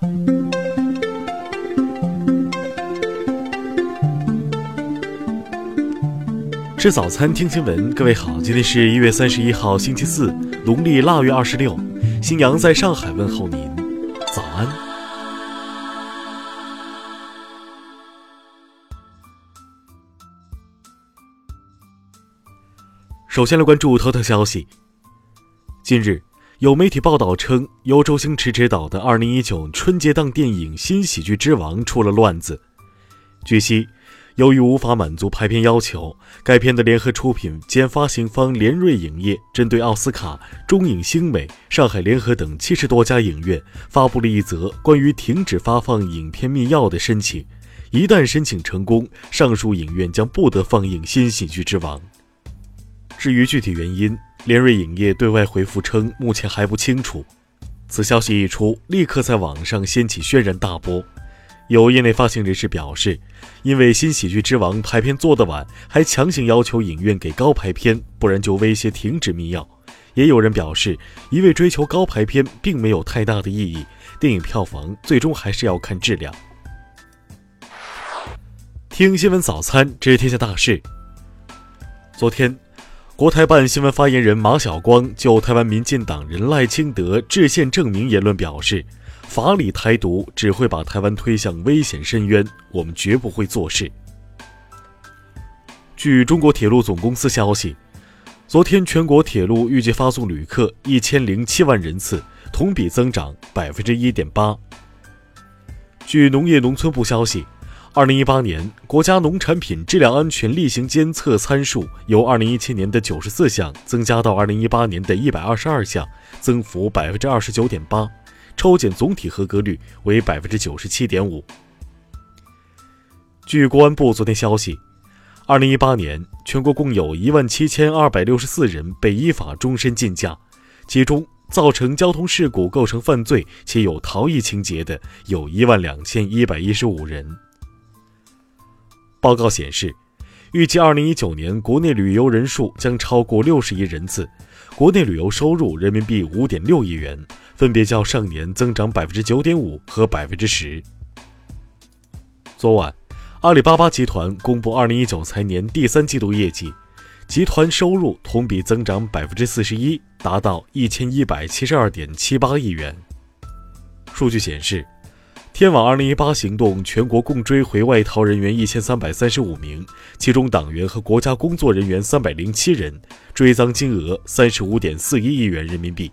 吃早餐听新闻，各位好，今天是1月31号星期四，农历腊月26，新阳在上海问候您，早安。首先来关注头条消息。近日，有媒体报道称，由周星驰执导的2019春节档电影《新喜剧之王》出了乱子。据悉，由于无法满足排片要求，该片的联合出品兼发行方联瑞影业针对奥斯卡、中影星美、上海联合等70多家影院发布了一则关于停止发放影片密钥的申请。一旦申请成功，上述影院将不得放映《新喜剧之王》。至于具体原因，联瑞影业对外回复称目前还不清楚。此消息一出，立刻在网上掀起轩然大波。有业内发行人士表示，因为《新喜剧之王》排片做得晚，还强行要求影院给高排片，不然就威胁停止密钥。也有人表示，一味追求高排片并没有太大的意义，电影票房最终还是要看质量。听新闻早餐，知天下大事。昨天，国台办新闻发言人马晓光就台湾民进党人赖清德制宪证明言论表示，法理台独只会把台湾推向危险深渊，我们绝不会做事。据中国铁路总公司消息，昨天全国铁路预计发送旅客1007万人次，同比增长 1.8%。据农业农村部消息，2018年国家农产品质量安全例行监测参数由2017年的94项增加到2018年的122项，增幅 29.8%， 抽检总体合格率为 97.5%。 据公安部昨天消息，2018年全国共有17264人被依法终身禁驾，其中造成交通事故构成犯罪且有逃逸情节的有12115人。报告显示，预计2019年国内旅游人数将超过60亿人次，国内旅游收入人民币5.6亿元，分别较上年增长 9.5% 和 10%。 昨晚，阿里巴巴集团公布2019财年第三季度业绩，集团收入同比增长 41%， 达到 1172.78 亿元。数据显示，天网2018行动全国共追回外逃人员1335名，其中党员和国家工作人员307人，追赃金额 35.41 亿元人民币。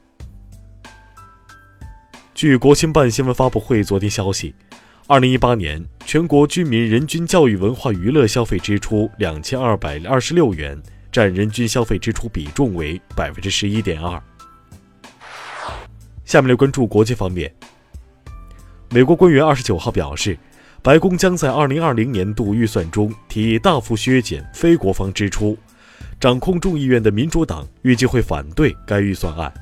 据国新办新闻发布会昨天消息，2018年全国居民人均教育文化娱乐消费支出2226元，占人均消费支出比重为 11.2%。 下面来关注国际方面。美国官员29号表示，白宫将在2020年度预算中提议大幅削减非国防支出，掌控众议院的民主党预计会反对该预算案。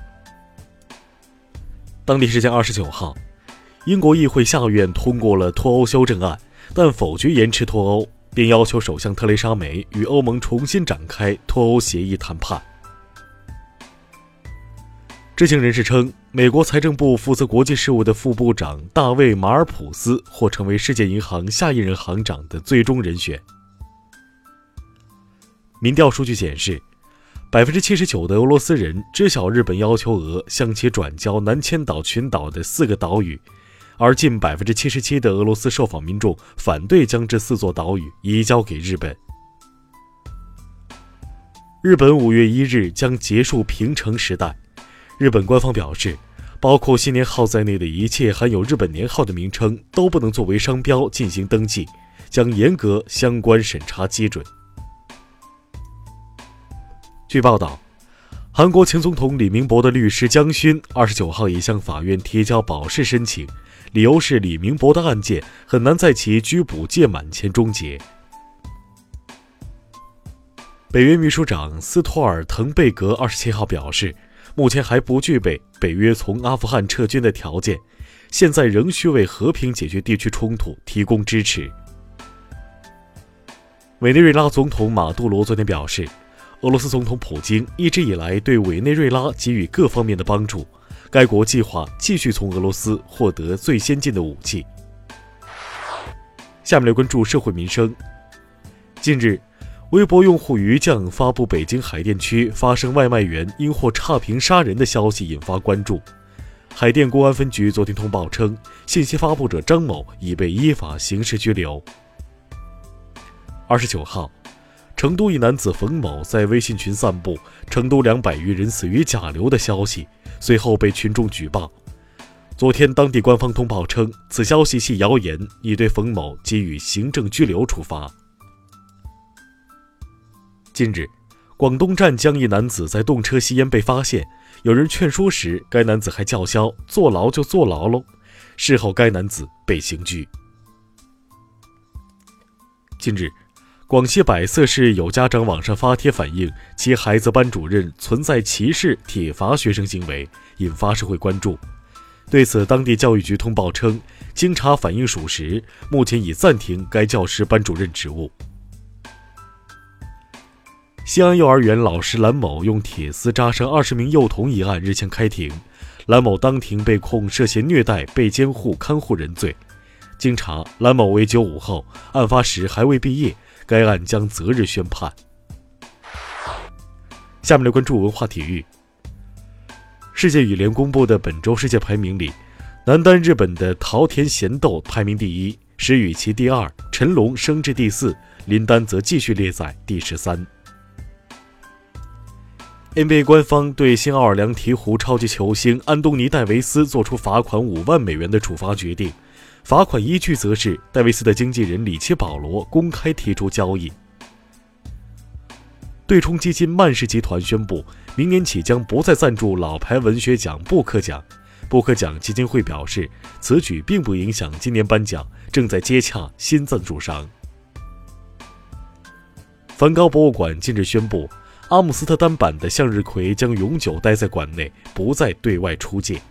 当地时间29号，英国议会下院通过了脱欧修正案，但否决延迟脱欧，并要求首相特蕾莎梅与欧盟重新展开脱欧协议谈判。知情人士称，美国财政部负责国际事务的副部长大卫·马尔普斯或成为世界银行下一任行长的最终人选。民调数据显示，79%的俄罗斯人知晓日本要求俄向其转交南千岛群岛的4个岛屿，而近77%的俄罗斯受访民众反对将这4座岛屿移交给日本。日本5月1日将结束平成时代。日本官方表示，包括新年号在内的一切含有日本年号的名称都不能作为商标进行登记，将严格相关审查基准。据报道，韩国前总统李明博的律师姜勋29号已向法院提交保释申请，理由是李明博的案件很难在其拘捕届满前终结。北约秘书长斯托尔滕贝格27号表示，目前还不具备北约从阿富汗撤军的条件，现在仍需为和平解决地区冲突提供支持。委内瑞拉总统马杜罗昨天表示，俄罗斯总统普京一直以来对委内瑞拉给予各方面的帮助， 该国计划继续从俄罗斯获得最先进的武器。下面来关注社会民生。近日，微博用户于酱发布北京海淀区发生外卖员因获差评杀人的消息，引发关注。海淀公安分局昨天通报称，信息发布者张某已被依法刑事拘留。29号，成都一男子冯某在微信群散布成都200余人死于甲流的消息，随后被群众举报。昨天，当地官方通报称，此消息系谣言，已对冯某给予行政拘留处罚。近日，广东湛江一男子在动车吸烟被发现，有人劝说时，该男子还叫嚣“坐牢就坐牢喽”。事后，该男子被刑拘。近日，广西百色市有家长网上发帖反映其孩子班主任存在歧视、体罚学生行为，引发社会关注。对此，当地教育局通报称，经查反映属实，目前已暂停该教师班主任职务。西安幼儿园老师兰某用铁丝扎伤20名幼童一案日前开庭，兰某当庭被控涉嫌虐待被监护看护人罪。经查，兰某为95后，案发时还未毕业，该案将择日宣判。下面来关注文化体育。世界羽联公布的本周世界排名里，男单日本的桃田贤斗排名第1，石宇奇第2，陈龙升至第4，林丹则继续列在第13。NBA 官方对新奥尔良鹈鹕超级球星安东尼·戴维斯做出罚款5万美元的处罚决定，罚款依据则是戴维斯的经纪人里奇·保罗公开提出交易。对冲基金曼氏集团宣布，明年起将不再赞助老牌文学奖布克奖。布克奖基金会表示，此举并不影响今年颁奖，正在接洽新赞助商。梵高博物馆近日宣布，阿姆斯特丹版的向日葵将永久待在馆内，不再对外出借。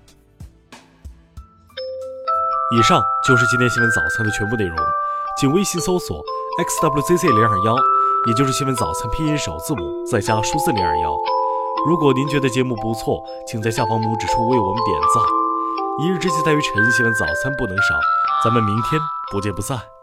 以上就是今天新闻早餐的全部内容，请微信搜索 xwzc021，也就是新闻早餐拼音首字母再加数字021。如果您觉得节目不错，请在下方拇指处为我们点赞。一日之计在于晨，新闻早餐不能少，咱们明天不见不散。